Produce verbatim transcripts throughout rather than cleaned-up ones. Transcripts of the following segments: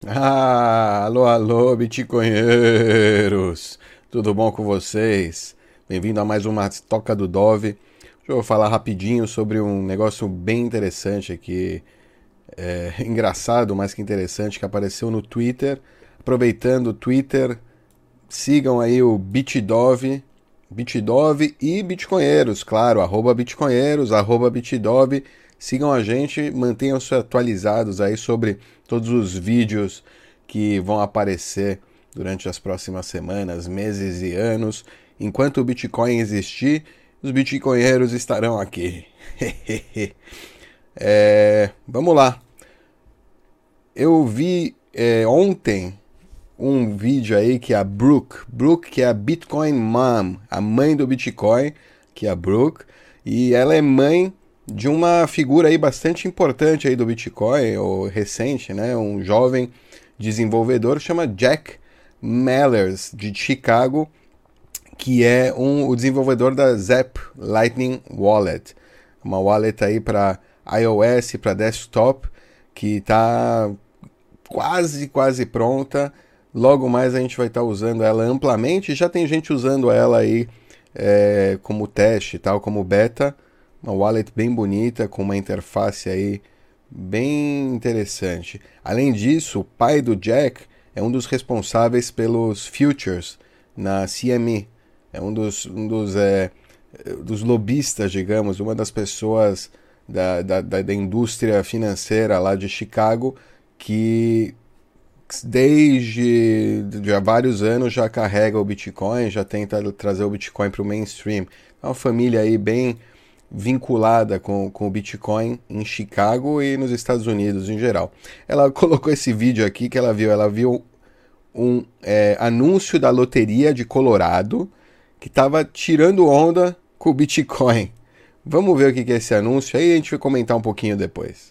Ah, alô, alô, bitcoinheiros! Tudo bom com vocês? Bem-vindo a mais uma Toca do Dove. Hoje eu vou falar rapidinho sobre um negócio bem interessante aqui, é, engraçado, mais que interessante, que apareceu no Twitter. Aproveitando o Twitter, sigam aí o BitDove, BitDove e Bitcoinheiros, claro, arroba Bitcoinheiros, arroba BitDove. Sigam a gente, mantenham-se atualizados aí sobre todos os vídeos que vão aparecer durante as próximas semanas, meses e anos. Enquanto o Bitcoin existir, os bitcoinheiros estarão aqui. é, vamos lá. Eu vi é, ontem um vídeo aí que a Brooke, Brooke que é a Bitcoin Mom, a mãe do Bitcoin, que é a Brooke, e ela é mãe de uma figura aí bastante importante aí do Bitcoin, ou recente, né? Um jovem desenvolvedor chama Jack Mallers, de Chicago, que é um, o desenvolvedor da Zap Lightning Wallet, uma wallet aí para iOS, para desktop, que está quase, quase pronta. Logo mais a gente vai estar tá usando ela amplamente. Já tem gente usando ela aí é, como teste, tal, como beta. Uma wallet bem bonita, com uma interface aí bem interessante. Além disso, o pai do Jack é um dos responsáveis pelos futures na C M E. É um dos, um dos, é, dos lobistas, digamos, uma das pessoas da, da, da indústria financeira lá de Chicago que desde há vários anos já carrega o Bitcoin, já tenta trazer o Bitcoin para o mainstream. É uma família aí bem vinculada com, com o Bitcoin em Chicago e nos Estados Unidos em geral. Ela colocou esse vídeo aqui que ela viu, ela viu um é, anúncio da loteria de Colorado que estava tirando onda com o Bitcoin. Vamos ver o que é esse anúncio, aí a gente vai comentar um pouquinho depois.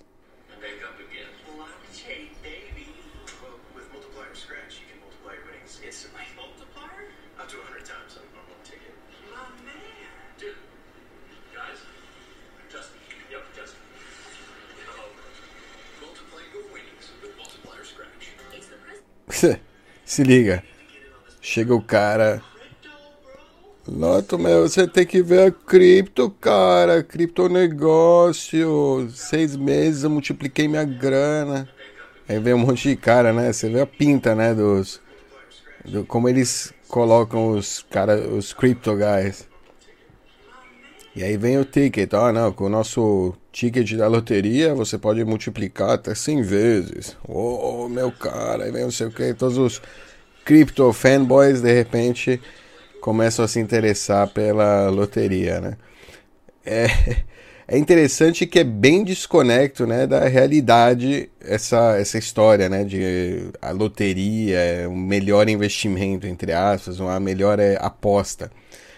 Se liga, chega o cara, Loto, meu, você tem que ver a cripto, cara, criptonegócio, seis meses eu multipliquei minha grana. Aí vem um monte de cara, né, você vê a pinta, né, dos, do, como eles colocam os cara, os crypto guys. E aí vem o ticket, ó, ah, não, com o nosso ticket da loteria você pode multiplicar até cem vezes. Oh, meu cara, aí vem não sei o que, todos os crypto fanboys de repente começam a se interessar pela loteria, né? É, é interessante que é bem desconecto, né, da realidade essa, essa história, né, de a loteria é um melhor investimento, entre aspas, uma melhor é, aposta.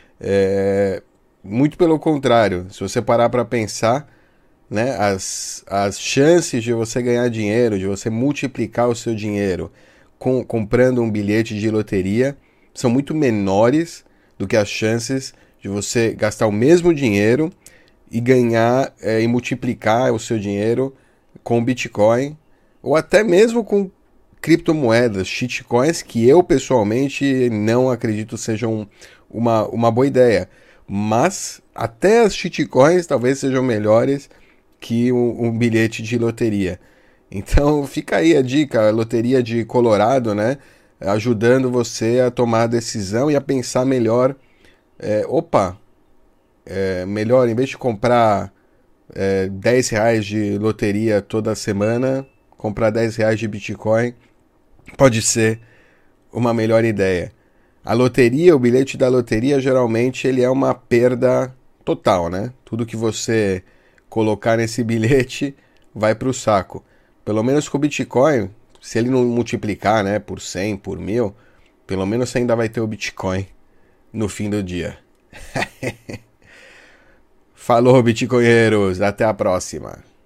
É, muito pelo contrário, se você parar para pensar, né, as, as chances de você ganhar dinheiro, de você multiplicar o seu dinheiro com, comprando um bilhete de loteria são muito menores do que as chances de você gastar o mesmo dinheiro e ganhar é, e multiplicar o seu dinheiro com Bitcoin ou até mesmo com criptomoedas, shitcoins, que eu pessoalmente não acredito sejam uma, uma boa ideia. Mas até as shitcoins talvez sejam melhores que um, um bilhete de loteria. Então fica aí a dica, a loteria de Colorado, né? Ajudando você a tomar a decisão e a pensar melhor. É, opa, é, melhor, em vez de comprar é, dez reais de loteria toda semana, comprar dez reais de Bitcoin pode ser uma melhor ideia. A loteria, o bilhete da loteria, geralmente ele é uma perda total, né? Tudo que você colocar nesse bilhete vai para o saco. Pelo menos com o Bitcoin, se ele não multiplicar, né, por cem, por mil, pelo menos você ainda vai ter o Bitcoin no fim do dia. Falou, bitcoinheiros, até a próxima.